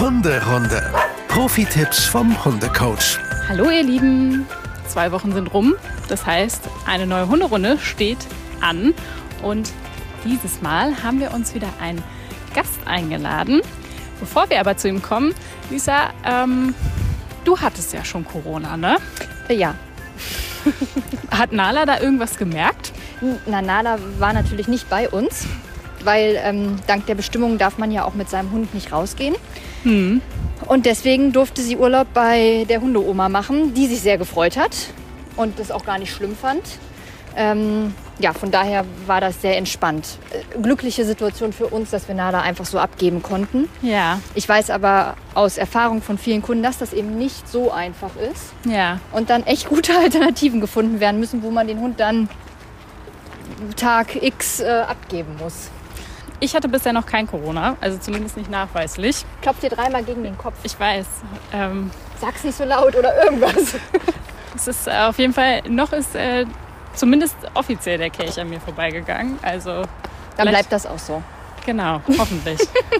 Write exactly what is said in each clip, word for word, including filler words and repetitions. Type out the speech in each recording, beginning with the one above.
Hunderunde. Profi-Tipps vom Hundecoach. Hallo ihr Lieben, zwei Wochen sind rum. Das heißt, eine neue Hunderunde steht an. Und dieses Mal haben wir uns wieder einen Gast eingeladen. Bevor wir aber zu ihm kommen, Lisa, ähm, du hattest ja schon Corona, ne? Ja. Hat Nala da irgendwas gemerkt? Na, Nala war natürlich nicht bei uns, weil ähm, dank der Bestimmungen darf man ja auch mit seinem Hund nicht rausgehen. Hm. Und deswegen durfte sie Urlaub bei der Hundeoma machen, die sich sehr gefreut hat und das auch gar nicht schlimm fand. Ähm, ja, von daher war das sehr entspannt. Äh, glückliche Situation für uns, dass wir Nala einfach so abgeben konnten. Ja. Ich weiß aber aus Erfahrung von vielen Kunden, dass das eben nicht so einfach ist. Ja. Und dann echt gute Alternativen gefunden werden müssen, wo man den Hund dann Tag X äh, abgeben muss. Ich hatte bisher noch kein Corona, also zumindest nicht nachweislich. Klopf dir dreimal gegen den Kopf. Ich weiß. Ähm, Sag's nicht so laut oder irgendwas. es ist äh, auf jeden Fall, noch ist äh, zumindest offiziell der Kelch an mir vorbeigegangen. Also dann bleibt das auch so. Genau, hoffentlich.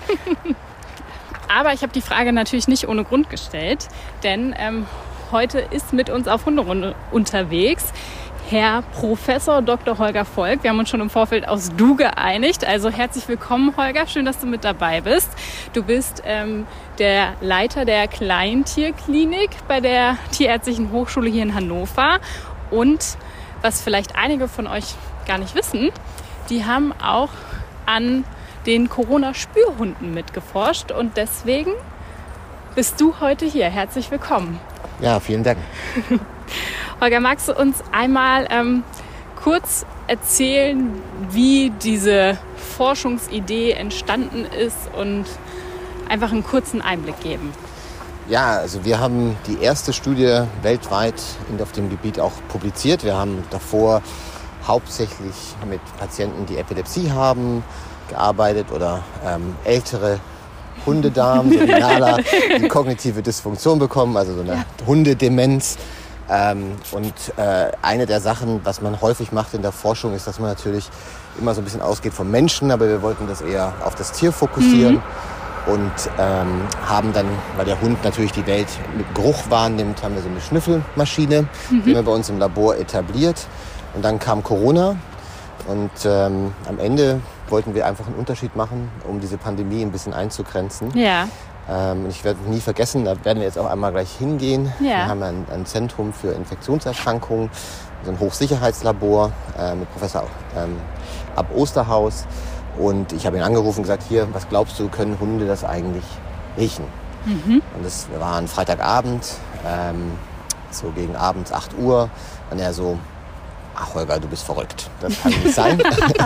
Aber ich habe die Frage natürlich nicht ohne Grund gestellt, denn ähm, heute ist mit uns auf Hunderunde unterwegs Herr Professor Doktor Holger Volk. Wir haben uns schon im Vorfeld aus Du geeinigt. Also herzlich willkommen, Holger. Schön, dass du mit dabei bist. Du bist ähm, der Leiter der Kleintierklinik bei der Tierärztlichen Hochschule hier in Hannover. Und was vielleicht einige von euch gar nicht wissen, die haben auch an den Corona-Spürhunden mitgeforscht. Und deswegen bist du heute hier. Herzlich willkommen. Ja, vielen Dank. Holger, magst du uns einmal ähm, kurz erzählen, wie diese Forschungsidee entstanden ist und einfach einen kurzen Einblick geben? Ja, also wir haben die erste Studie weltweit auf dem Gebiet auch publiziert. Wir haben davor hauptsächlich mit Patienten, die Epilepsie haben, gearbeitet oder ähm, ältere Hundedamen, so wie Nala, die kognitive Dysfunktion bekommen, also so eine ja. Hundedemenz. Ähm, und äh, eine der Sachen, was man häufig macht in der Forschung, ist, dass man natürlich immer so ein bisschen ausgeht vom Menschen, aber wir wollten das eher auf das Tier fokussieren mhm. und ähm, haben dann, weil der Hund natürlich die Welt mit Geruch wahrnimmt, haben wir so eine Schnüffelmaschine, mhm. die haben wir bei uns im Labor etabliert. Und dann kam Corona und ähm, am Ende wollten wir einfach einen Unterschied machen, um diese Pandemie ein bisschen einzugrenzen. Ja. Ähm, ich werde nie vergessen, da werden wir jetzt auch einmal gleich hingehen. Ja. Wir haben ein, ein Zentrum für Infektionserkrankungen, so ein Hochsicherheitslabor äh, mit Professor ähm, Ab Osterhaus. Und ich habe ihn angerufen und gesagt, hier, was glaubst du, können Hunde das eigentlich riechen? Mhm. Und das war ein Freitagabend, ähm, so gegen abends acht Uhr. Und er so, ach Holger, du bist verrückt, das kann nicht sein.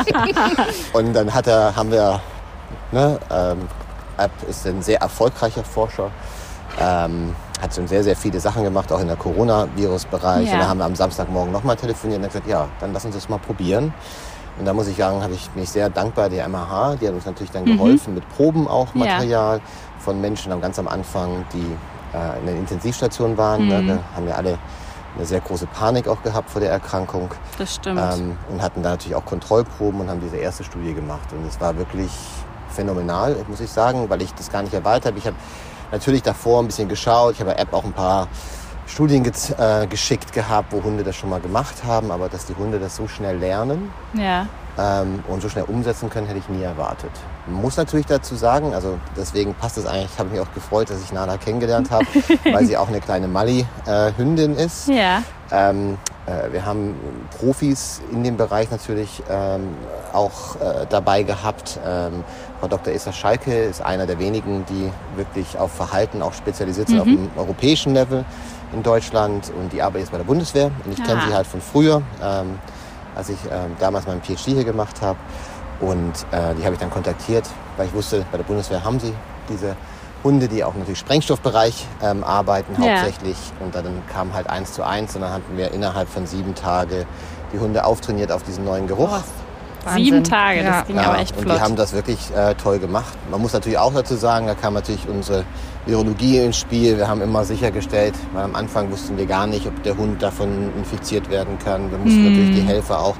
Und dann hat er, haben wir, ne, ähm, Ab ist ein sehr erfolgreicher Forscher, ähm, hat schon sehr, sehr viele Sachen gemacht, auch in der Coronavirus-Bereich. Ja. Und da haben wir am Samstagmorgen nochmal telefoniert und er hat gesagt, ja, dann lass uns das mal probieren. Und da muss ich sagen, habe ich, bin ich sehr dankbar der M H H, die hat uns natürlich dann geholfen, mhm. mit Proben auch Material ja. von Menschen ganz am Anfang, die äh, in der Intensivstation waren. Mhm. Da haben wir alle eine sehr große Panik auch gehabt vor der Erkrankung. Das stimmt. Ähm, und hatten da natürlich auch Kontrollproben und haben diese erste Studie gemacht. Und es war wirklich phänomenal, muss ich sagen, weil ich das gar nicht erwartet habe. Ich habe natürlich davor ein bisschen geschaut. Ich habe der App auch ein paar Studien ge- äh, geschickt gehabt, wo Hunde das schon mal gemacht haben. Aber dass die Hunde das so schnell lernen ja. ähm, und so schnell umsetzen können, hätte ich nie erwartet. Man muss natürlich dazu sagen, also deswegen passt es eigentlich, ich habe mich auch gefreut, dass ich Nala kennengelernt habe, weil sie auch eine kleine Mali-Hündin äh, ist. Ja. Ähm, äh, wir haben Profis in dem Bereich natürlich ähm, auch äh, dabei gehabt. Ähm, Frau Doktor Esther Schalke ist einer der wenigen, die wirklich auf Verhalten auch spezialisiert sind, mhm. auf dem europäischen Level in Deutschland. Und die arbeitet jetzt bei der Bundeswehr. Und ich kenne sie halt von früher, ähm, als ich ähm, damals meinen P H D hier gemacht habe. Und äh, die habe ich dann kontaktiert, weil ich wusste, bei der Bundeswehr haben sie diese Hunde, die auch natürlich im Sprengstoffbereich ähm, arbeiten hauptsächlich. Ja. Und dann kam halt eins zu eins und dann hatten wir innerhalb von sieben Tagen die Hunde auftrainiert auf diesen neuen Geruch. Oh, sieben Tage, das ja. ging ja, aber echt und flott. Und die haben das wirklich äh, toll gemacht. Man muss natürlich auch dazu sagen, da kam natürlich unsere Virologie ins Spiel. Wir haben immer sichergestellt, weil am Anfang wussten wir gar nicht, ob der Hund davon infiziert werden kann. Wir mussten mm. natürlich die Helfer auch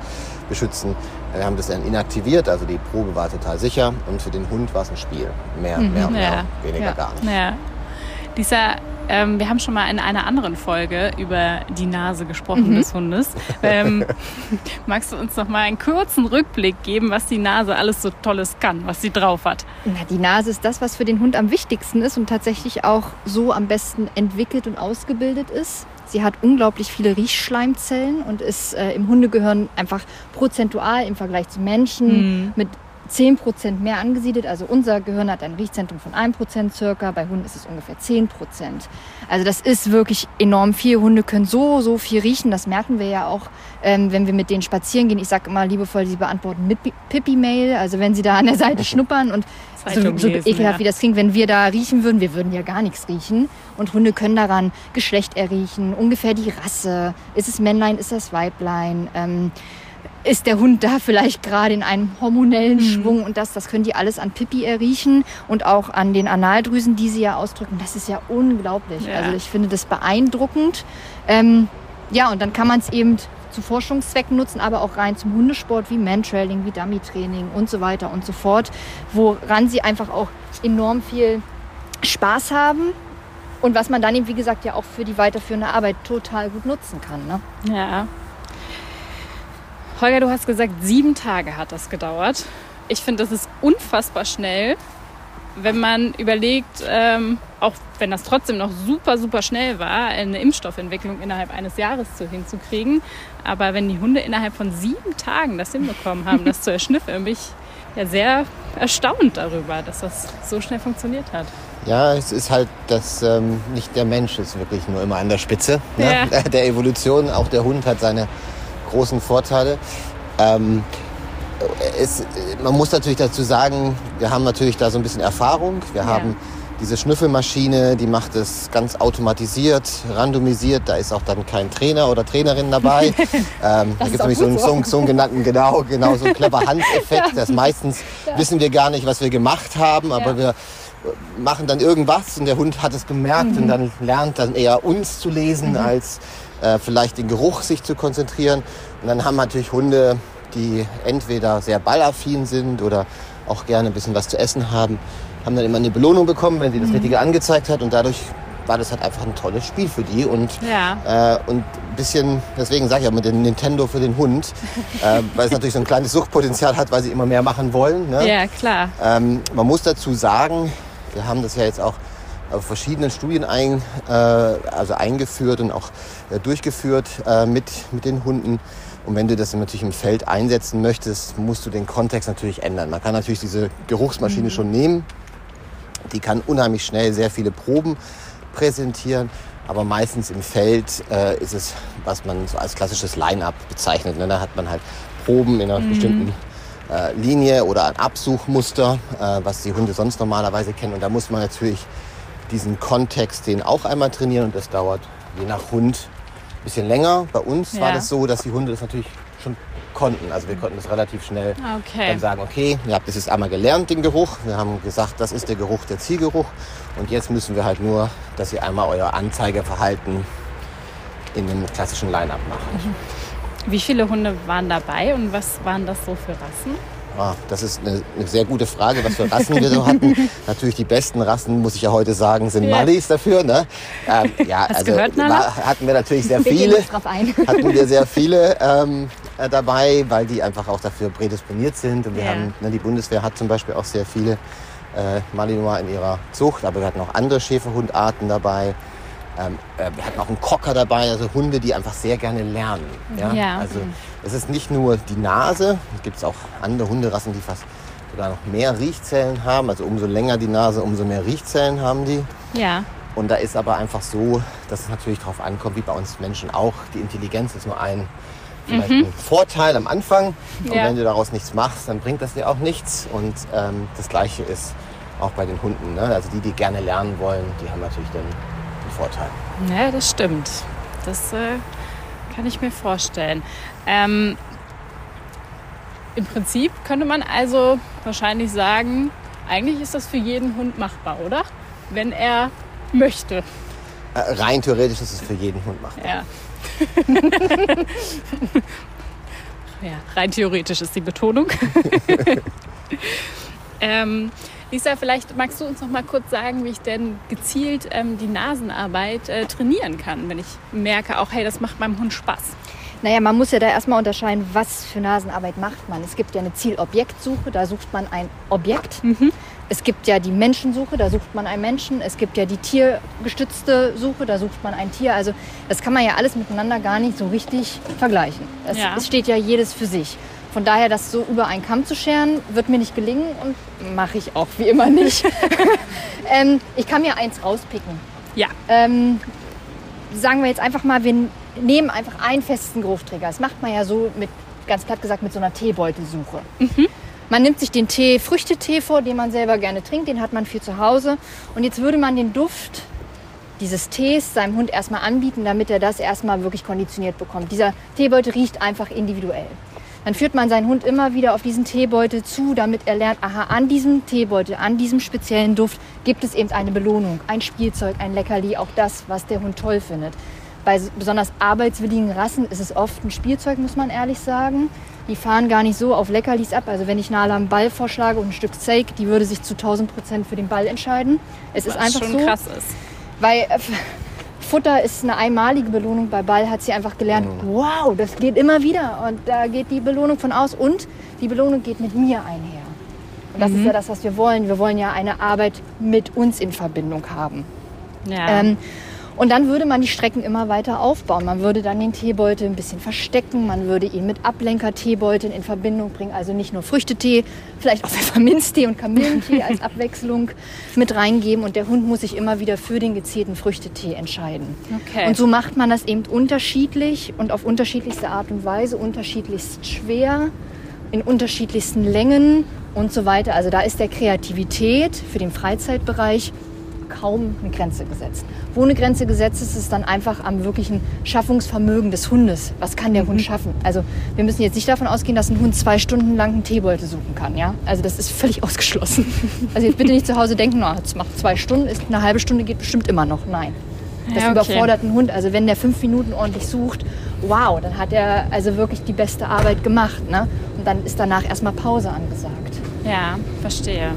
beschützen. Wir haben das dann inaktiviert, also die Probe war total sicher und für den Hund war es ein Spiel. Mehr, mhm. mehr, mehr, ja. weniger ja. gar nicht. Ja. Lisa, ähm, wir haben schon mal in einer anderen Folge über die Nase gesprochen mhm. des Hundes. Ähm, magst du uns noch mal einen kurzen Rückblick geben, was die Nase alles so Tolles kann, was sie drauf hat? Na, die Nase ist das, was für den Hund am wichtigsten ist und tatsächlich auch so am besten entwickelt und ausgebildet ist. Sie hat unglaublich viele Riechschleimzellen und ist äh, im Hundegehirn einfach prozentual im Vergleich zu Menschen mhm. mit zehn Prozent mehr angesiedelt. Also unser Gehirn hat ein Riechzentrum von ein Prozent circa, bei Hunden ist es ungefähr zehn Prozent. Also das ist wirklich enorm viel. Hunde können so, so viel riechen. Das merken wir ja auch, ähm, wenn wir mit denen spazieren gehen. Ich sage immer liebevoll, sie beantworten mit Pippi-Mail. Also wenn sie da an der Seite schnuppern und so, so ekelhaft ja. wie das klingt, wenn wir da riechen würden, wir würden ja gar nichts riechen. Und Hunde können daran Geschlecht erriechen, ungefähr die Rasse. Ist es Männlein, ist das Weiblein? Ähm, ist der Hund da vielleicht gerade in einem hormonellen mhm. Schwung und das, das können die alles an Pipi erriechen und auch an den Analdrüsen, die sie ja ausdrücken. Das ist ja unglaublich. Ja. Also ich finde das beeindruckend. Ähm, ja, und dann kann man es eben zu Forschungszwecken nutzen, aber auch rein zum Hundesport wie Mantrailing, wie Dummy-Training und so weiter und so fort, woran sie einfach auch enorm viel Spaß haben und was man dann eben, wie gesagt, ja auch für die weiterführende Arbeit total gut nutzen kann. Ne? Ja. Holger, du hast gesagt, sieben Tage hat das gedauert. Ich finde, das ist unfassbar schnell, wenn man überlegt, ähm, auch wenn das trotzdem noch super, super schnell war, eine Impfstoffentwicklung innerhalb eines Jahres zu hinzukriegen. Aber wenn die Hunde innerhalb von sieben Tagen das hinbekommen haben, das zu erschnüffeln, bin ich ja sehr erstaunt darüber, dass das so schnell funktioniert hat. Ja, es ist halt, dass ähm, nicht der Mensch ist wirklich nur immer an der Spitze ne? Ja. der Evolution. Auch der Hund hat seine großen Vorteile. Ähm, es, man muss natürlich dazu sagen, wir haben natürlich da so ein bisschen Erfahrung. Wir ja. haben diese Schnüffelmaschine, die macht es ganz automatisiert, randomisiert. Da ist auch dann kein Trainer oder Trainerin dabei. ähm, da gibt es nämlich so einen, so, so einen genannten, genau, genau so einen clever Hand-Effekt. Das meistens ja. wissen wir gar nicht, was wir gemacht haben, aber ja. wir machen dann irgendwas und der Hund hat es gemerkt mhm. und dann lernt dann eher uns zu lesen, mhm. als äh, vielleicht den Geruch sich zu konzentrieren. Und dann haben natürlich Hunde, die entweder sehr ballaffin sind oder auch gerne ein bisschen was zu essen haben, haben dann immer eine Belohnung bekommen, wenn sie das Richtige angezeigt hat. Und dadurch war das halt einfach ein tolles Spiel für die. Und, ja. äh, und ein bisschen, deswegen sage ich auch mit dem Nintendo für den Hund, äh, weil es natürlich so ein kleines Suchtpotenzial hat, weil sie immer mehr machen wollen. Ne? Ja, klar. Ähm, man muss dazu sagen, wir haben das ja jetzt auch auf verschiedenen Studien ein, äh, also eingeführt und auch äh, durchgeführt äh, mit, mit den Hunden. Und wenn du das natürlich im Feld einsetzen möchtest, musst du den Kontext natürlich ändern. Man kann natürlich diese Geruchsmaschine mhm. schon nehmen. Die kann unheimlich schnell sehr viele Proben präsentieren. Aber meistens im Feld äh, ist es, was man so als klassisches Line-Up bezeichnet. Ne? Da hat man halt Proben in einer mhm. bestimmten äh, Linie oder ein Absuchmuster, äh, was die Hunde sonst normalerweise kennen. Und da muss man natürlich diesen Kontext, den auch einmal trainieren. Und das dauert je nach Hund ein bisschen länger. Bei uns ja. war das so, dass die Hunde das natürlich schon konnten. Also wir konnten das relativ schnell okay. dann sagen, okay, ihr habt das jetzt einmal gelernt, den Geruch. Wir haben gesagt, das ist der Geruch, der Zielgeruch. Und jetzt müssen wir halt nur, dass ihr einmal euer Anzeigeverhalten in dem klassischen Line-Up macht. Wie viele Hunde waren dabei und was waren das so für Rassen? Ah, das ist eine, eine sehr gute Frage, was für Rassen wir so hatten. Natürlich die besten Rassen, muss ich ja heute sagen, sind ja. Mallis dafür. Ne? Ähm, ja, Hast also gehört, war, hatten wir natürlich sehr viele. Wir drauf ein. hatten wir sehr viele ähm, äh, dabei, weil die einfach auch dafür prädisponiert sind. Und wir ja. haben, ne, die Bundeswehr hat zum Beispiel auch sehr viele äh, Malinois in ihrer Zucht, aber wir hatten auch andere Schäferhundarten dabei. Ähm, äh, wir hatten auch einen Cocker dabei, also Hunde, die einfach sehr gerne lernen. Ja? Ja. Also es ist nicht nur die Nase, es gibt auch andere Hunderassen, die fast sogar noch mehr Riechzellen haben. Also umso länger die Nase, umso mehr Riechzellen haben die. Ja. Und da ist aber einfach so, dass es natürlich darauf ankommt, wie bei uns Menschen auch. Die Intelligenz ist nur ein, vielleicht mhm. ein Vorteil am Anfang. Und ja. wenn du daraus nichts machst, dann bringt das dir auch nichts. Und ähm, das Gleiche ist auch bei den Hunden. Ne? Also die, die gerne lernen wollen, die haben natürlich dann den Vorteil. Ja, das stimmt. Das äh, kann ich mir vorstellen. Ähm, Im Prinzip könnte man also wahrscheinlich sagen, eigentlich ist das für jeden Hund machbar, oder? Wenn er möchte. Äh, rein theoretisch ist es für jeden Hund machbar. Ja. ja, rein theoretisch ist die Betonung. ähm, Lisa, vielleicht magst du uns noch mal kurz sagen, wie ich denn gezielt ähm, die Nasenarbeit äh, trainieren kann, wenn ich merke, auch hey, das macht meinem Hund Spaß. Naja, man muss ja da erstmal unterscheiden, was für Nasenarbeit macht man. Es gibt ja eine Ziel-Objekt-Suche, da sucht man ein Objekt. Mhm. Es gibt ja die Menschensuche, da sucht man einen Menschen. Es gibt ja die tiergestützte Suche, da sucht man ein Tier. Also das kann man ja alles miteinander gar nicht so richtig vergleichen. Es, ja. es steht ja jedes für sich. Von daher, das so über einen Kamm zu scheren, wird mir nicht gelingen und mache ich auch wie immer nicht. ähm, ich kann mir eins rauspicken. Ja. Ähm, sagen wir jetzt einfach mal, wir nehmen einfach einen festen Geruchtsträger. Das macht man ja so, mit, ganz platt gesagt, mit so einer Teebeutelsuche. Mhm. Man nimmt sich den Tee, Früchtetee vor, den man selber gerne trinkt, den hat man viel zu Hause. Und jetzt würde man den Duft dieses Tees seinem Hund erstmal anbieten, damit er das erstmal wirklich konditioniert bekommt. Dieser Teebeutel riecht einfach individuell. Dann führt man seinen Hund immer wieder auf diesen Teebeutel zu, damit er lernt, aha, an diesem Teebeutel, an diesem speziellen Duft gibt es eben eine Belohnung, ein Spielzeug, ein Leckerli, auch das, was der Hund toll findet. Bei besonders arbeitswilligen Rassen ist es oft ein Spielzeug, muss man ehrlich sagen. Die fahren gar nicht so auf Leckerlis ab. Also wenn ich Nala einen Ball vorschlage und ein Stück Steak, die würde sich zu tausend Prozent für den Ball entscheiden. Es was ist einfach schon so, krass ist. Weil äh, Futter ist eine einmalige Belohnung. Bei Ball hat sie einfach gelernt, wow, das geht immer wieder. Und da geht die Belohnung von aus und die Belohnung geht mit mir einher. Und das mhm. ist ja das, was wir wollen. Wir wollen ja eine Arbeit mit uns in Verbindung haben. Ja. Ähm, Und dann würde man die Strecken immer weiter aufbauen. Man würde dann den Teebeutel ein bisschen verstecken. Man würde ihn mit Ablenker-Teebeuteln in Verbindung bringen. Also nicht nur Früchtetee, vielleicht auch Pfefferminztee und Kamillentee als Abwechslung mit reingeben. Und der Hund muss sich immer wieder für den gezielten Früchtetee entscheiden. Okay. Und so macht man das eben unterschiedlich und auf unterschiedlichste Art und Weise, unterschiedlichst schwer, in unterschiedlichsten Längen und so weiter. Also da ist der Kreativität für den Freizeitbereich kaum eine Grenze gesetzt. Wo eine Grenze gesetzt ist, ist dann einfach am wirklichen Schaffungsvermögen des Hundes. Was kann der mhm. Hund schaffen? Also wir müssen jetzt nicht davon ausgehen, dass ein Hund zwei Stunden lang einen Teebeutel suchen kann. Ja? Also das ist völlig ausgeschlossen. Also jetzt bitte nicht zu Hause denken, oh, das macht zwei Stunden, ist eine halbe Stunde geht bestimmt immer noch. Nein. Das ja, okay. überfordert einen Hund. Also wenn der fünf Minuten ordentlich sucht, wow, dann hat er also wirklich die beste Arbeit gemacht. Ne? Und dann ist danach erstmal Pause angesagt. Ja, verstehe.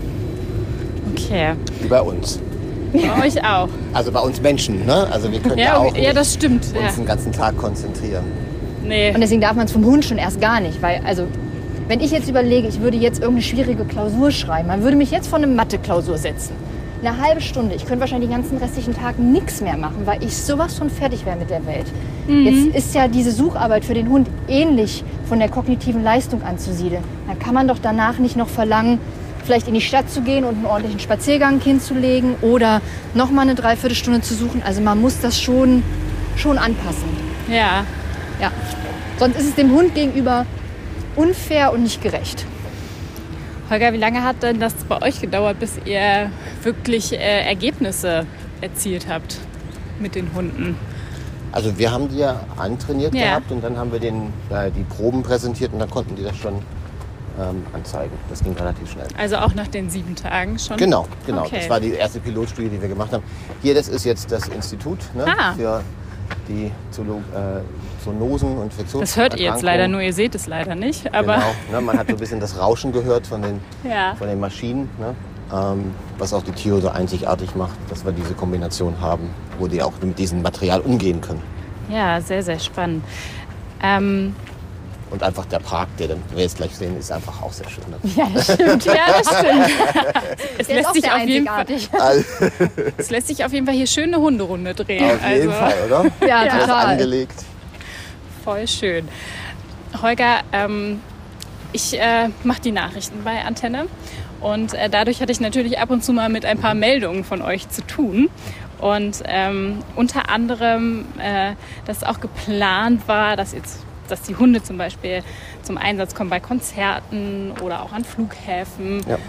Okay. Wie bei uns. Bei euch auch. Also bei uns Menschen, ne? Also wir können ja, ja auch ja, das stimmt. uns ja. den ganzen Tag konzentrieren. Nee. Und deswegen darf man es vom Hund schon erst gar nicht. Weil, also, wenn ich jetzt überlege, ich würde jetzt irgendeine schwierige Klausur schreiben, man würde mich jetzt vor eine Mathe-Klausur setzen. Eine halbe Stunde. Ich könnte wahrscheinlich den ganzen restlichen Tag nichts mehr machen, weil ich sowas von fertig wäre mit der Welt. Mhm. Jetzt ist ja diese Sucharbeit für den Hund ähnlich von der kognitiven Leistung anzusiedeln. Dann kann man doch danach nicht noch verlangen, vielleicht in die Stadt zu gehen und einen ordentlichen Spaziergang hinzulegen oder noch mal eine Dreiviertelstunde zu suchen. Also man muss das schon, schon anpassen. Ja. Ja. Sonst ist es dem Hund gegenüber unfair und nicht gerecht. Holger, wie lange hat denn das bei euch gedauert, bis ihr wirklich äh, Ergebnisse erzielt habt mit den Hunden? Also wir haben die ja antrainiert ja. gehabt und dann haben wir den, äh, die Proben präsentiert und dann konnten die das schon ähm, anzeigen. Das ging relativ schnell. Also auch nach den sieben Tagen schon? Genau, genau. Okay. Das war die erste Pilotstudie, die wir gemacht haben. Hier, das ist jetzt das Institut ne, ah. für die Zoolo- äh, Zoonosen und Infektionserkrankungen. Das hört ihr jetzt leider nur, ihr seht es leider nicht. Aber genau, ne, man hat so ein bisschen das Rauschen gehört von den, ja. von den Maschinen, ne, ähm, was auch die Tiere so einzigartig macht, dass wir diese Kombination haben, wo die auch mit diesem Material umgehen können. Ja, sehr, sehr spannend. Ähm, Und einfach der Park, der dann, wir jetzt gleich sehen, ist einfach auch sehr schön. Ne? Ja, das stimmt. Ja, das stimmt. Es Der lässt, ist auch sich sehr auf jeden Fall, einzigartig. es lässt sich auf jeden Fall hier schön eine Hunderunde drehen. Auf jeden also, Fall, oder? Ja, Ja. total. Angelegt. Voll schön. Holger, ähm, ich äh, mache die Nachrichten bei Antenne und äh, dadurch hatte ich natürlich ab und zu mal mit ein paar Meldungen von euch zu tun. Und ähm, unter anderem, äh, dass auch geplant war, dass, jetzt, dass die Hunde zum Beispiel zum Einsatz kommen bei Konzerten oder auch an Flughäfen. Ja.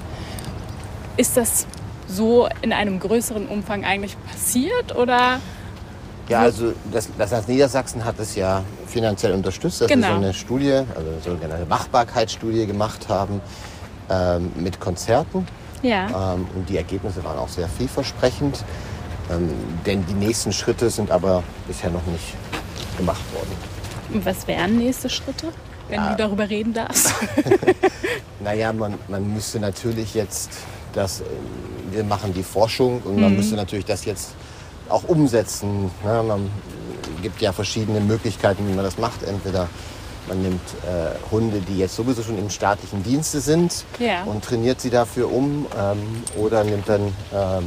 Ist das so in einem größeren Umfang eigentlich passiert oder? Ja, also das, das Land Niedersachsen hat es ja finanziell unterstützt, dass Genau. wir so eine Studie, also eine sogenannte Machbarkeitsstudie gemacht haben ähm, mit Konzerten. Ja. Ähm, und die Ergebnisse waren auch sehr vielversprechend. Ähm, denn die nächsten Schritte sind aber bisher noch nicht gemacht worden. Und was wären nächste Schritte? wenn Ja. du darüber reden darfst? Naja, man, man müsste natürlich jetzt das, wir machen die Forschung und man Mhm. müsste natürlich das jetzt auch umsetzen. Ne? Man gibt ja verschiedene Möglichkeiten, wie man das macht. Entweder man nimmt äh, Hunde, die jetzt sowieso schon im staatlichen Dienste sind Ja. und trainiert sie dafür um. Ähm, oder nimmt dann, ähm,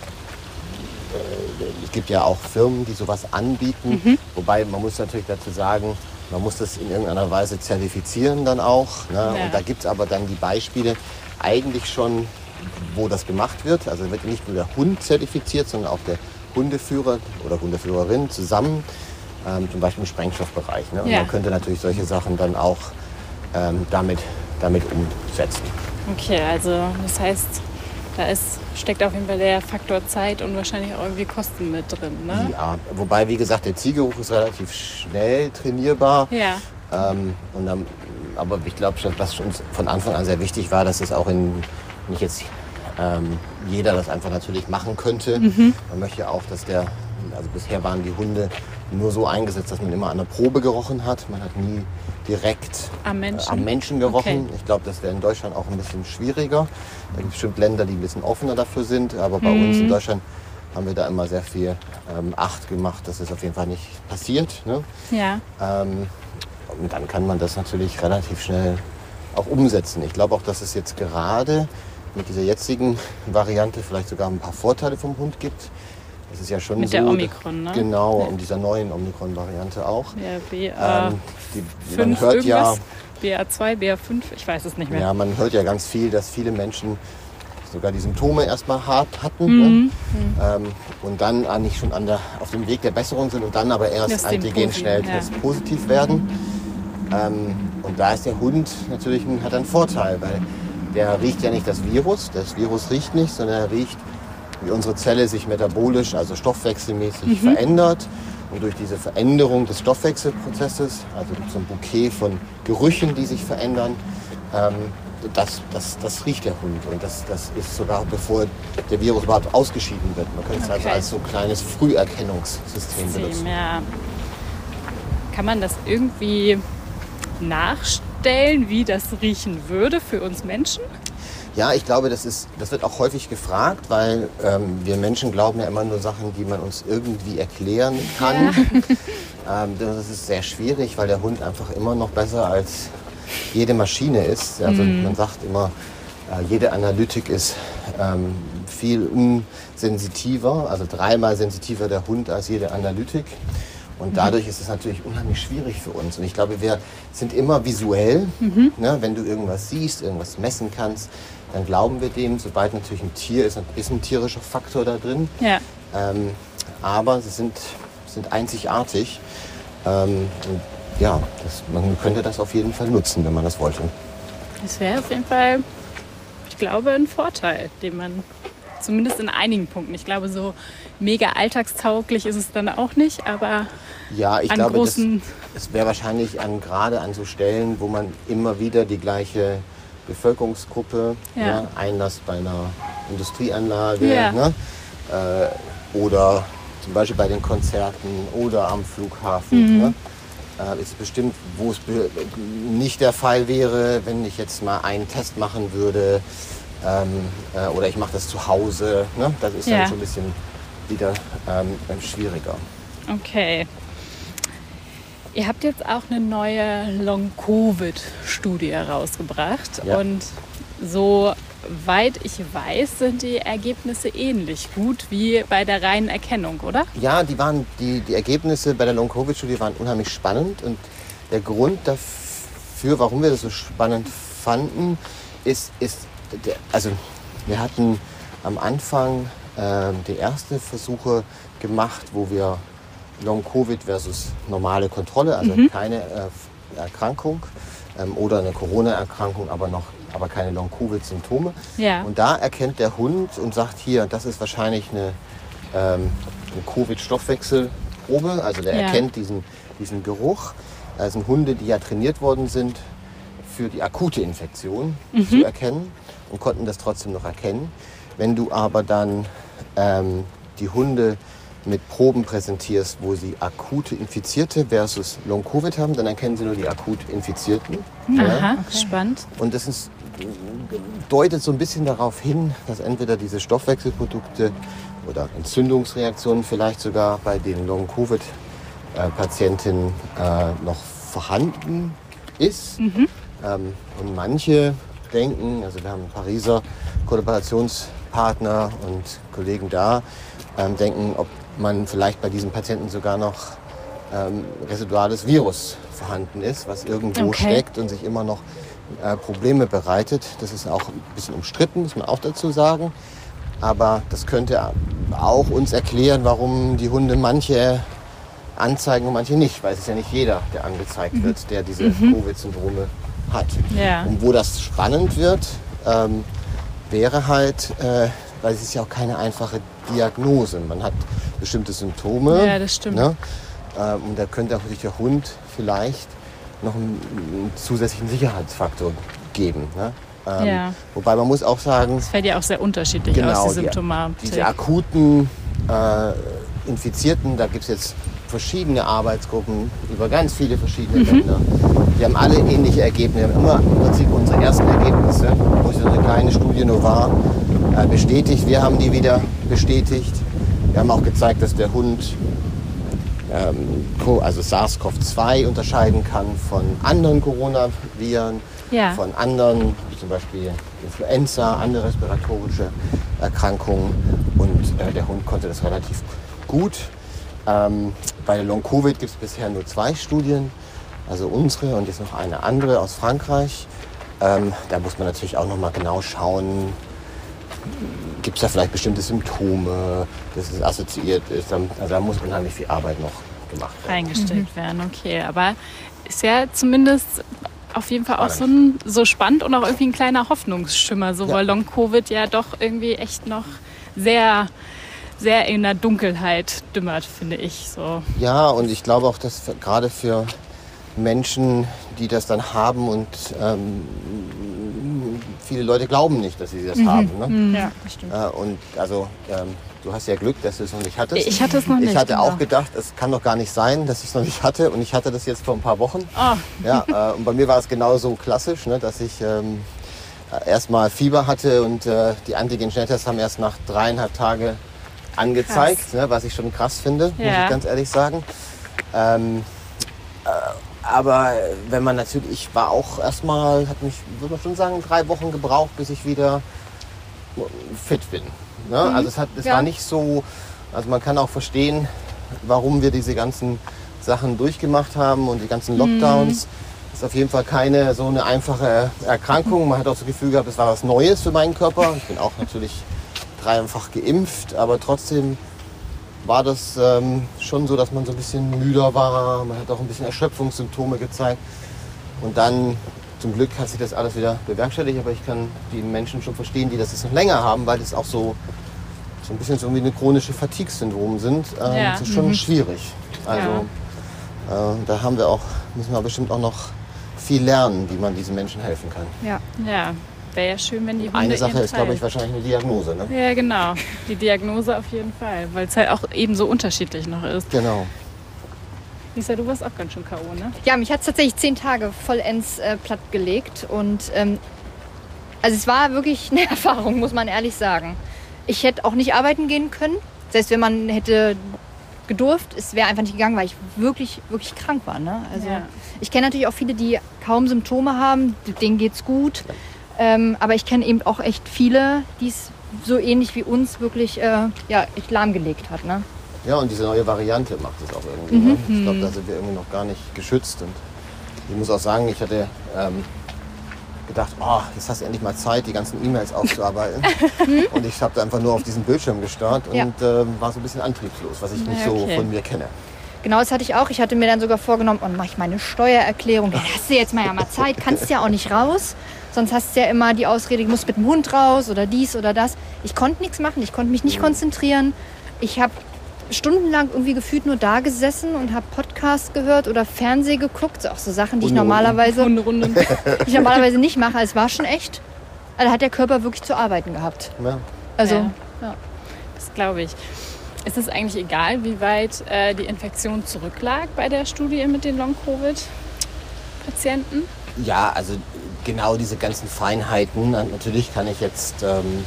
äh, es gibt ja auch Firmen, die sowas anbieten. Mhm. Wobei man muss natürlich dazu sagen, man muss das in irgendeiner Weise zertifizieren dann auch. Ne? Ja. Und da gibt es aber dann die Beispiele eigentlich schon, wo das gemacht wird. Also wird nicht nur der Hund zertifiziert, sondern auch der Hundeführer oder Hundeführerin zusammen, ähm, zum Beispiel im Sprengstoffbereich. Ne? Und Ja. man könnte natürlich solche Sachen dann auch ähm, damit, damit umsetzen. Okay, also das heißt, da ist, steckt auf jeden Fall der Faktor Zeit und wahrscheinlich auch irgendwie Kosten mit drin, ne? Ja, wobei, wie gesagt, der Zielgeruch ist relativ schnell trainierbar. Ja. Ähm, und dann, aber ich glaube, was uns von Anfang an sehr wichtig war, dass es auch in, nicht jetzt ähm, jeder das einfach natürlich machen könnte. Mhm. Man möchte auch, dass der, also bisher waren die Hunde nur so eingesetzt, dass man immer an der Probe gerochen hat. Man hat nie direkt Am Menschen? Äh, am Menschen gerochen. Okay. Ich glaube, das wäre in Deutschland auch ein bisschen schwieriger. Da gibt es bestimmt Länder, die ein bisschen offener dafür sind. Aber bei Mhm. uns in Deutschland haben wir da immer sehr viel ähm, Acht gemacht, dass es auf jeden Fall nicht passiert. Ne? Ja. Ähm, und dann kann man das natürlich relativ schnell auch umsetzen. Ich glaube auch, dass es jetzt gerade mit dieser jetzigen Variante vielleicht sogar ein paar Vorteile vom Hund gibt. Das ist ja schon Mit so. der Omikron, ne? Genau, Ja. und dieser neuen Omikron-Variante auch. Ja, B A Ähm, die, man fünf hört ja, irgendwas? B A zwei, B A fünf, ich weiß es nicht mehr. ja, man hört ja ganz viel, dass viele Menschen sogar die Symptome erstmal hart hatten Mhm. ne? ähm, und dann eigentlich schon an der, auf dem Weg der Besserung sind und dann aber erst Das ist dem Antigen-Schnelltest Posi- positiv werden. Ähm, und da ist der Hund natürlich ein, hat einen Vorteil, weil der riecht ja nicht das Virus, das Virus riecht nicht, sondern er riecht, wie unsere Zelle sich metabolisch, also stoffwechselmäßig Mhm. verändert. Und durch diese Veränderung des Stoffwechselprozesses, also so ein Bouquet von Gerüchen, die sich verändern, ähm, das, das, das riecht der Hund. Und das, das ist sogar bevor der Virus überhaupt ausgeschieden wird. Man könnte es also Okay. als so ein kleines Früherkennungssystem benutzen. Ja. Kann man das irgendwie nachstellen, wie das riechen würde für uns Menschen? Ja, ich glaube, das, ist, das wird auch häufig gefragt, weil ähm, wir Menschen glauben ja immer nur Sachen, die man uns irgendwie erklären kann. Ähm, das ist sehr schwierig, weil der Hund einfach immer noch besser als jede Maschine ist. Also man sagt immer, äh, jede Analytik ist ähm, viel unsensitiver, also dreimal sensitiver der Hund als jede Analytik. Und dadurch ist es natürlich unheimlich schwierig für uns. Und ich glaube, wir sind immer visuell. Ne? Wenn du irgendwas siehst, irgendwas messen kannst, dann glauben wir dem. Sobald natürlich ein Tier ist, ist ein tierischer Faktor da drin. Ja. Ähm, aber sie sind, sind einzigartig. Ähm, und ja, das, man könnte das auf jeden Fall nutzen, wenn man das wollte. Das wäre auf jeden Fall, ich glaube, ein Vorteil, den man zumindest in einigen Punkten, ich glaube, so mega alltagstauglich ist es dann auch nicht, aber Ja, ich an glaube, das, großen... es wäre wahrscheinlich an, gerade an so Stellen, wo man immer wieder die gleiche Bevölkerungsgruppe Ja. ne, einlässt bei einer Industrieanlage Ja. ne, äh, oder zum Beispiel bei den Konzerten oder am Flughafen. Mhm. Ne, äh, ist bestimmt, wo es be- nicht der Fall wäre, wenn ich jetzt mal einen Test machen würde ähm, äh, oder ich mache das zu Hause. Ne, das ist Ja. dann schon ein bisschen wieder ähm, schwieriger. Okay. Ihr habt jetzt auch eine neue Long-Covid-Studie herausgebracht. Ja. Und soweit ich weiß, sind die Ergebnisse ähnlich gut wie bei der reinen Erkennung, oder? Ja, die, waren, die, die Ergebnisse bei der Long-Covid-Studie waren unheimlich spannend. Und der Grund dafür, warum wir das so spannend fanden, ist, ist der, also wir hatten am Anfang äh, die ersten Versuche gemacht, wo wir Long-Covid versus normale Kontrolle, also keine äh, Erkrankung ähm, oder eine Corona-Erkrankung, aber noch aber keine Long-Covid-Symptome. Ja. Und da erkennt der Hund und sagt, hier, das ist wahrscheinlich eine, ähm, eine Covid-Stoffwechselprobe, also der Ja. erkennt diesen, diesen Geruch. Das sind Hunde, die ja trainiert worden sind, für die akute Infektion zu erkennen und konnten das trotzdem noch erkennen. Wenn du aber dann ähm, die Hunde mit Proben präsentierst, wo sie akute Infizierte versus Long-Covid haben, dann erkennen sie nur die akut Infizierten. Aha, Ja. okay. Spannend. Und das ist, deutet so ein bisschen darauf hin, dass entweder diese Stoffwechselprodukte oder Entzündungsreaktionen vielleicht sogar bei den Long-Covid-Patientinnen äh, noch vorhanden ist. Mhm. Ähm, und manche denken, also wir haben einen Pariser Kooperationspartner und Kollegen da, ähm, denken, ob man vielleicht bei diesen Patienten sogar noch ähm, residuales Virus vorhanden ist, was irgendwo Okay. steckt und sich immer noch äh, Probleme bereitet. Das ist auch ein bisschen umstritten, muss man auch dazu sagen. Aber das könnte auch uns erklären, warum die Hunde manche anzeigen und manche nicht. Weil es ist ja nicht jeder, der angezeigt wird, der diese Mhm. Covid-Syndrome hat. Ja. Und wo das spannend wird, ähm, wäre halt, äh, weil es ist ja auch keine einfache Diagnose. Man hat bestimmte Symptome. Ja, das stimmt. Ne? Ähm, und da könnte auch natürlich der Hund vielleicht noch einen, einen zusätzlichen Sicherheitsfaktor geben. Ne? Ähm, Ja. Wobei man muss auch sagen, Das fällt ja auch sehr unterschiedlich Genau, aus, die die- Symptomatik. diese akuten äh, Infizierten, da gibt es jetzt verschiedene Arbeitsgruppen über ganz viele verschiedene Länder. Die haben alle ähnliche Ergebnisse. Wir haben immer im Prinzip unsere ersten Ergebnisse, wo es so eine kleine Studie nur war, äh, bestätigt. Wir haben die wieder bestätigt. Wir haben auch gezeigt, dass der Hund ähm, Co- also SARS-CoV zwei unterscheiden kann von anderen Coronaviren, Ja. von anderen, wie zum Beispiel Influenza, andere respiratorische Erkrankungen. Und äh, der Hund konnte das relativ gut. Ähm, bei der Long-Covid gibt es bisher nur zwei Studien, also unsere und jetzt noch eine andere aus Frankreich. Ähm, da muss man natürlich auch noch mal genau schauen, gibt es da vielleicht bestimmte Symptome, dass es assoziiert ist. Also da muss unheimlich viel Arbeit noch gemacht werden. Reingestellt werden, okay. Aber ist ja zumindest auf jeden Fall auch so, ein, so spannend und auch irgendwie ein kleiner Hoffnungsschimmer, so Ja. weil Long-Covid ja doch irgendwie echt noch sehr, sehr in der Dunkelheit dümmert, finde ich. So. Ja, und ich glaube auch, dass für, gerade für Menschen, die das dann haben und ähm, viele Leute glauben nicht, dass sie das haben. Ne? Ja, das stimmt. Äh, und also ähm, du hast ja Glück, dass du es noch nicht hattest. Ich hatte es noch nicht. Ich hatte genau. auch gedacht, es kann doch gar nicht sein, dass ich es noch nicht hatte. Und ich hatte das jetzt vor ein paar Wochen. Oh, Ja, äh, und bei mir war es genauso klassisch, ne, dass ich ähm, erstmal Fieber hatte und äh, die Antigen-Schnelltests haben erst nach dreieinhalb Tagen angezeigt, ne, was ich schon krass finde, muss Ja. ich ganz ehrlich sagen. Ähm, äh, aber wenn man natürlich, ich war auch erstmal, hat mich, würde man schon sagen, drei Wochen gebraucht, bis ich wieder fit bin. Ne? Also es, hat, es Ja. war nicht so, also man kann auch verstehen, warum wir diese ganzen Sachen durchgemacht haben und die ganzen Lockdowns. Ist auf jeden Fall keine so eine einfache Erkrankung. Man hat auch das Gefühl gehabt, es war was Neues für meinen Körper. Ich bin auch natürlich dreifach geimpft, aber trotzdem war das ähm, schon so, dass man so ein bisschen müder war. Man hat auch ein bisschen Erschöpfungssymptome gezeigt. Und dann, zum Glück, hat sich das alles wieder bewerkstelligt. Aber ich kann die Menschen schon verstehen, die das jetzt noch länger haben, weil das auch so, so ein bisschen so wie eine chronische Fatigue-Syndrom sind. Ähm, Ja. Das ist schon schwierig. Also äh, da haben wir auch, müssen wir bestimmt auch noch viel lernen, wie man diesen Menschen helfen kann. Ja. ja, wäre ja schön, wenn die Hunde Eine Sache ihren ist, glaube Teil- ich, wahrscheinlich eine Diagnose. Ne? Ja, genau. Die Diagnose auf jeden Fall, weil es halt auch eben so unterschiedlich noch ist. Genau. Lisa, du warst auch ganz schön K O, ne? Ja, mich hat es tatsächlich zehn Tage vollends äh, plattgelegt. Und ähm, also es war wirklich eine Erfahrung, muss man ehrlich sagen. Ich hätte auch nicht arbeiten gehen können. Selbst wenn man hätte gedurft, es wäre einfach nicht gegangen, weil ich wirklich, wirklich krank war. Ne? Also Ja. ich kenne natürlich auch viele, die kaum Symptome haben, denen geht's gut. Ähm, aber ich kenne eben auch echt viele, die es so ähnlich wie uns wirklich äh, ja, echt lahmgelegt hat. Ne? Ja, und diese neue Variante macht es auch irgendwie. Ne? Ich glaube, da sind wir irgendwie noch gar nicht geschützt. Und ich muss auch sagen, ich hatte ähm, gedacht, oh, jetzt hast du endlich mal Zeit, die ganzen E-Mails aufzuarbeiten. Und ich habe da einfach nur auf diesen Bildschirm gestarrt und Ja. ähm, war so ein bisschen antriebslos, was ich nicht Ja, so okay. von mir kenne. Genau, das hatte ich auch. Ich hatte mir dann sogar vorgenommen, und mache ich meine Steuererklärung. Ja, hast du jetzt mal ja mal Zeit, kannst ja auch nicht raus. Sonst hast du ja immer die Ausrede, ich muss mit dem Hund raus oder dies oder das. Ich konnte nichts machen, ich konnte mich nicht konzentrieren. Ich habe stundenlang irgendwie gefühlt nur da gesessen und habe Podcasts gehört oder Fernsehen geguckt. So, auch so Sachen, die ich Hunderunden. normalerweise, Hunderunden. die ich normalerweise nicht mache. Also es war schon echt, also hat der Körper wirklich zu arbeiten gehabt. Ja. Also Ja. Das glaube ich. Ist es eigentlich egal, wie weit äh, die Infektion zurücklag bei der Studie mit den Long-Covid-Patienten? Ja, also genau diese ganzen Feinheiten. Natürlich kann ich jetzt ähm,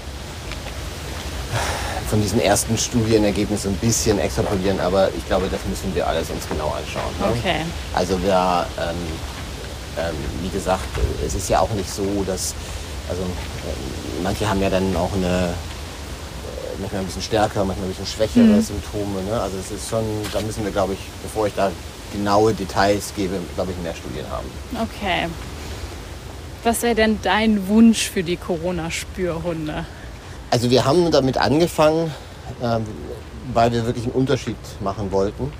von diesen ersten Studienergebnissen ein bisschen extrapolieren, aber ich glaube, das müssen wir alles uns genau anschauen. Ne? Okay. Also wir, ähm, ähm, wie gesagt, es ist ja auch nicht so, dass, also äh, manche haben ja dann auch eine, äh, manchmal ein bisschen stärker, manchmal ein bisschen schwächere mhm. Symptome. Ne? Also es ist schon, da müssen wir, glaube ich, bevor ich da genaue Details gebe, glaube ich, mehr Studien haben. Okay. Was wäre denn dein Wunsch für die Corona-Spürhunde? Also wir haben damit angefangen, ähm, weil wir wirklich einen Unterschied machen wollten.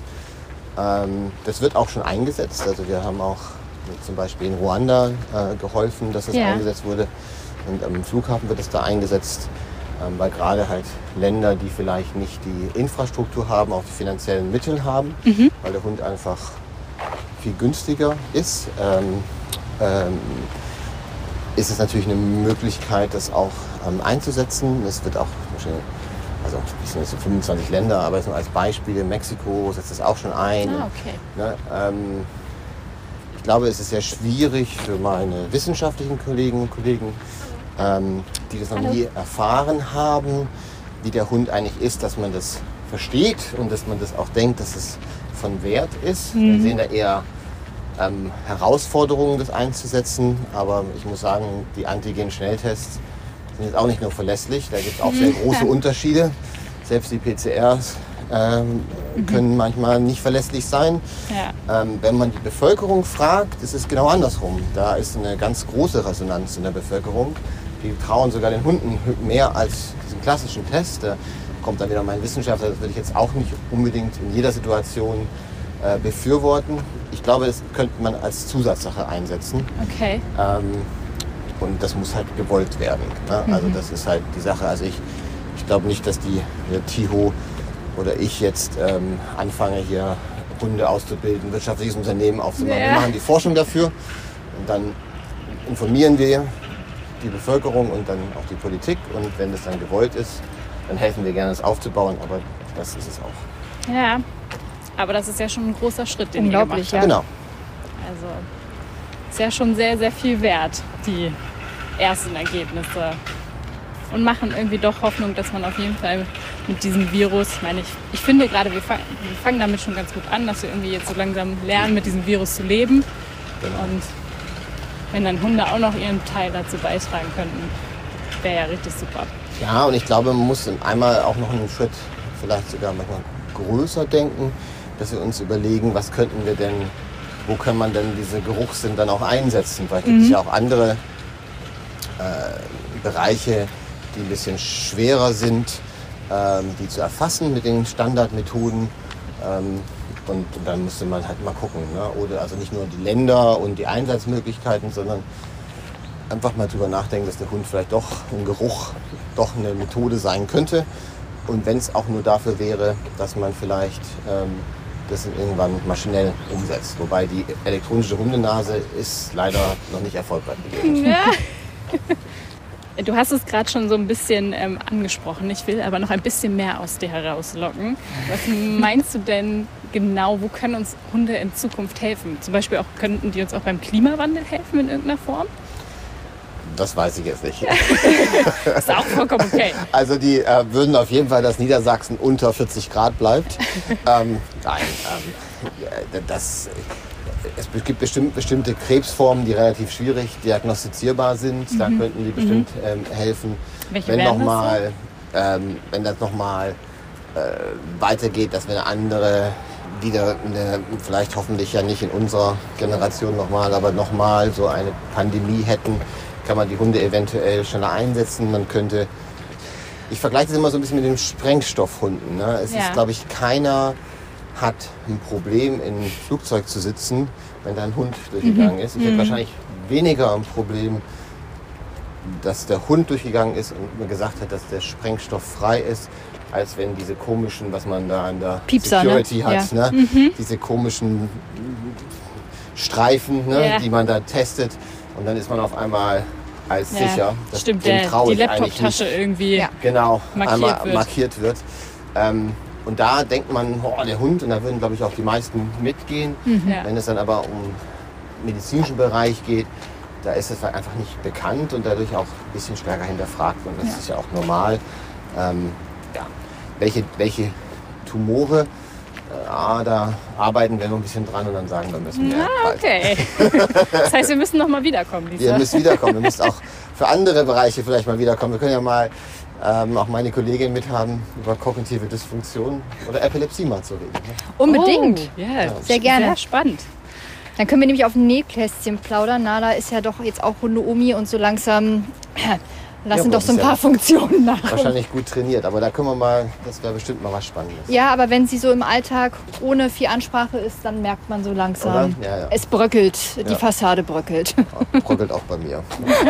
Ähm, das wird auch schon eingesetzt. Also wir haben auch zum Beispiel in Ruanda äh, geholfen, dass es Ja. eingesetzt wurde. Und am Flughafen wird es da eingesetzt, ähm, weil gerade halt Länder, die vielleicht nicht die Infrastruktur haben, auch die finanziellen Mittel haben, Mhm. weil der Hund einfach viel günstiger ist. Ähm, ähm, ist es natürlich eine Möglichkeit, das auch ähm, einzusetzen. Es wird auch, also es sind jetzt so fünfundzwanzig Länder, aber jetzt nur als Beispiel, Mexiko setzt es auch schon ein. Ah, okay. Ne, ähm, ich glaube, es ist sehr schwierig für meine wissenschaftlichen Kolleginnen und Kollegen, ähm, die das noch Hallo. nie erfahren haben, wie der Hund eigentlich ist, dass man das versteht und dass man das auch denkt, dass es von Wert ist. Mhm. Wir sehen da eher ähm, Herausforderungen, das einzusetzen. Aber ich muss sagen, die Antigen-Schnelltests sind jetzt auch nicht nur verlässlich. Da gibt es auch sehr große Unterschiede. Selbst die P C Rs ähm, Mhm. können manchmal nicht verlässlich sein. Ja. Ähm, wenn man die Bevölkerung fragt, ist es genau andersrum. Da ist eine ganz große Resonanz in der Bevölkerung. Die trauen sogar den Hunden mehr als diesen klassischen Test. Da kommt dann wieder mein Wissenschaftler, das würde ich jetzt auch nicht unbedingt in jeder Situation äh, befürworten. Ich glaube, das könnte man als Zusatzsache einsetzen. Okay. Ähm, und das muss halt gewollt werden. Ne? Also das ist halt die Sache. Also ich, ich glaube nicht, dass die der Tiho oder ich jetzt ähm, anfange, hier Hunde auszubilden, wirtschaftliches Unternehmen aufzumachen. Ja. Wir machen die Forschung dafür und dann informieren wir die Bevölkerung und dann auch die Politik. Und wenn das dann gewollt ist, dann helfen wir gerne, das aufzubauen. Aber das ist es auch. Ja. Aber das ist ja schon ein großer Schritt, den ihr Unglaublich, gemacht ja. habt. Genau. Also ist ja schon sehr, sehr viel wert, die ersten Ergebnisse. Und machen irgendwie doch Hoffnung, dass man auf jeden Fall mit diesem Virus, ich meine, ich, ich finde gerade, wir, fang, wir fangen damit schon ganz gut an, dass wir irgendwie jetzt so langsam lernen, mit diesem Virus zu leben. Genau. Und wenn dann Hunde auch noch ihren Teil dazu beitragen könnten, wäre ja richtig super. Ja, und ich glaube, man muss einmal auch noch einen Schritt vielleicht sogar manchmal größer denken, dass wir uns überlegen, was könnten wir denn, wo kann man denn diese Geruchssinn dann auch einsetzen? Weil es gibt ja auch andere äh, Bereiche, die ein bisschen schwerer sind, ähm, die zu erfassen mit den Standardmethoden. Ähm, und, und dann müsste man halt mal gucken. Ne? Oder also nicht nur die Länder und die Einsatzmöglichkeiten, sondern einfach mal drüber nachdenken, dass der Hund vielleicht doch ein Geruch doch eine Methode sein könnte. Und wenn es auch nur dafür wäre, dass man vielleicht ähm, das irgendwann maschinell umsetzt. Wobei die elektronische Hundenase ist leider noch nicht erfolgreich gewesen. Ja. Du hast es gerade schon so ein bisschen ähm, angesprochen. Ich will aber noch ein bisschen mehr aus dir herauslocken. Was meinst du denn genau, wo können uns Hunde in Zukunft helfen? Zum Beispiel auch, könnten die uns auch beim Klimawandel helfen in irgendeiner Form? Das weiß ich jetzt nicht. Ist auch vollkommen okay. Also die äh, würden auf jeden Fall, dass Niedersachsen unter vierzig Grad bleibt. ähm, nein, ähm, das, es gibt bestimmt, bestimmte Krebsformen, die relativ schwierig diagnostizierbar sind. Da könnten die bestimmt ähm, helfen. Welche wenn, wären noch das mal, ähm, wenn das nochmal äh, weitergeht, dass wir eine andere, wieder eine, vielleicht hoffentlich ja nicht in unserer Generation nochmal, aber nochmal so eine Pandemie hätten, kann man die Hunde eventuell schneller einsetzen. Man könnte, ich vergleiche das immer so ein bisschen mit den Sprengstoffhunden. Ne? Es Ja. ist, glaube ich, keiner hat ein Problem, in einem Flugzeug zu sitzen, wenn da ein Hund durchgegangen ist. Ich hätte wahrscheinlich weniger ein Problem, dass der Hund durchgegangen ist und mir gesagt hat, dass der Sprengstoff frei ist, als wenn diese komischen, was man da an der Piepser, Security ne? hat, Ja. ne? Diese komischen Streifen, ne? Ja. die man da testet. Und dann ist man auf einmal als Ja. sicher. Das, Stimmt, dem der, traue die ich eigentlich Laptoptasche nicht. irgendwie. Ja. Genau, markiert einmal wird. markiert wird. Ähm, Und da denkt man, oh, der Hund, und da würden, glaube ich, auch die meisten mitgehen. Mhm. Ja. Wenn es dann aber um den medizinischen Bereich geht, da ist es einfach nicht bekannt und dadurch auch ein bisschen stärker hinterfragt. Und das Ja. ist ja auch normal. Ähm, ja. welche, welche Tumore, äh, ah, da arbeiten wir noch ein bisschen dran und dann sagen wir, müssen wir Ah, bald. okay. Das heißt, wir müssen noch mal wiederkommen, Lisa. Ihr müsst wiederkommen. Ihr müsst auch für andere Bereiche vielleicht mal wiederkommen. Wir können ja mal ähm, auch meine Kollegin mithaben, über kognitive Dysfunktion oder Epilepsie mal zu reden. Ne? Unbedingt. Oh, ja, Sehr gerne. Sehr spannend. Dann können wir nämlich auf ein Nähkästchen plaudern. Nala ist ja doch jetzt auch Hunde-Omi und so langsam lassen Ja, doch so ein ist paar ja Funktionen nach. Wahrscheinlich gut trainiert, aber da können wir mal, das wäre bestimmt mal was Spannendes. Ja, aber wenn sie so im Alltag ohne viel Ansprache ist, dann merkt man so langsam, Oder? Ja, ja. es bröckelt, die Ja. Fassade bröckelt. Brockelt auch bei mir.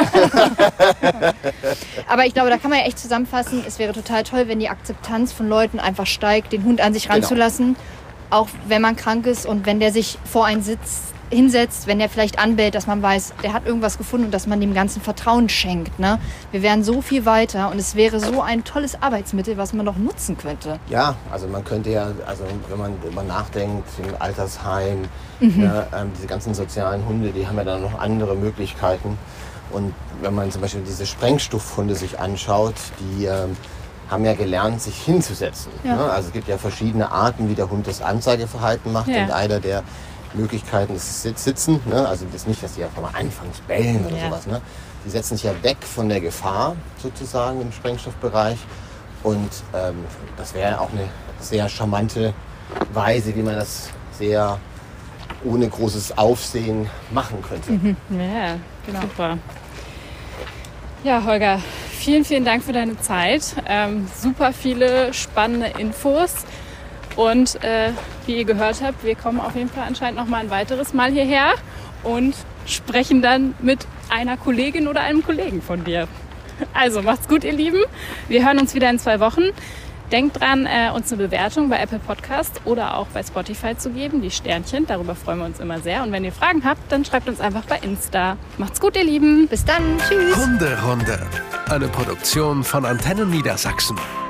Aber ich glaube, da kann man ja echt zusammenfassen, es wäre total toll, wenn die Akzeptanz von Leuten einfach steigt, den Hund an sich Genau. ranzulassen, auch wenn man krank ist und wenn der sich vor einen Sitz hinsetzt, wenn der vielleicht anbellt, dass man weiß, der hat irgendwas gefunden und dass man dem Ganzen Vertrauen schenkt. Ne? Wir wären so viel weiter und es wäre so ein tolles Arbeitsmittel, was man noch nutzen könnte. Ja, also man könnte ja, also wenn man immer nachdenkt, im Altersheim, ne, ähm, diese ganzen sozialen Hunde, die haben ja dann noch andere Möglichkeiten. Und wenn man zum Beispiel diese Sprengstoffhunde sich anschaut, die ähm, haben ja gelernt, sich hinzusetzen. Ja. Ne? Also es gibt ja verschiedene Arten, wie der Hund das Anzeigeverhalten macht. Ja. Und einer der Möglichkeiten ist das Sitzen. Ne? Also das ist nicht, dass die einfach mal anfangen zu bellen oder Ja. sowas. Ne? Die setzen sich ja weg von der Gefahr sozusagen im Sprengstoffbereich. Und ähm, das wäre auch eine sehr charmante Weise, wie man das sehr ohne großes Aufsehen machen könnte. Ja, super. Ja, Holger, vielen, vielen Dank für deine Zeit. Ähm, super viele spannende Infos. Und äh, wie ihr gehört habt, wir kommen auf jeden Fall anscheinend noch mal ein weiteres Mal hierher und sprechen dann mit einer Kollegin oder einem Kollegen von dir. Also macht's gut, ihr Lieben. Wir hören uns wieder in zwei Wochen. Denkt dran, äh, uns eine Bewertung bei Apple Podcast oder auch bei Spotify zu geben, die Sternchen. Darüber freuen wir uns immer sehr. Und wenn ihr Fragen habt, dann schreibt uns einfach bei Insta. Macht's gut, ihr Lieben. Bis dann, tschüss. Hunderunde, eine Produktion von Antennen Niedersachsen.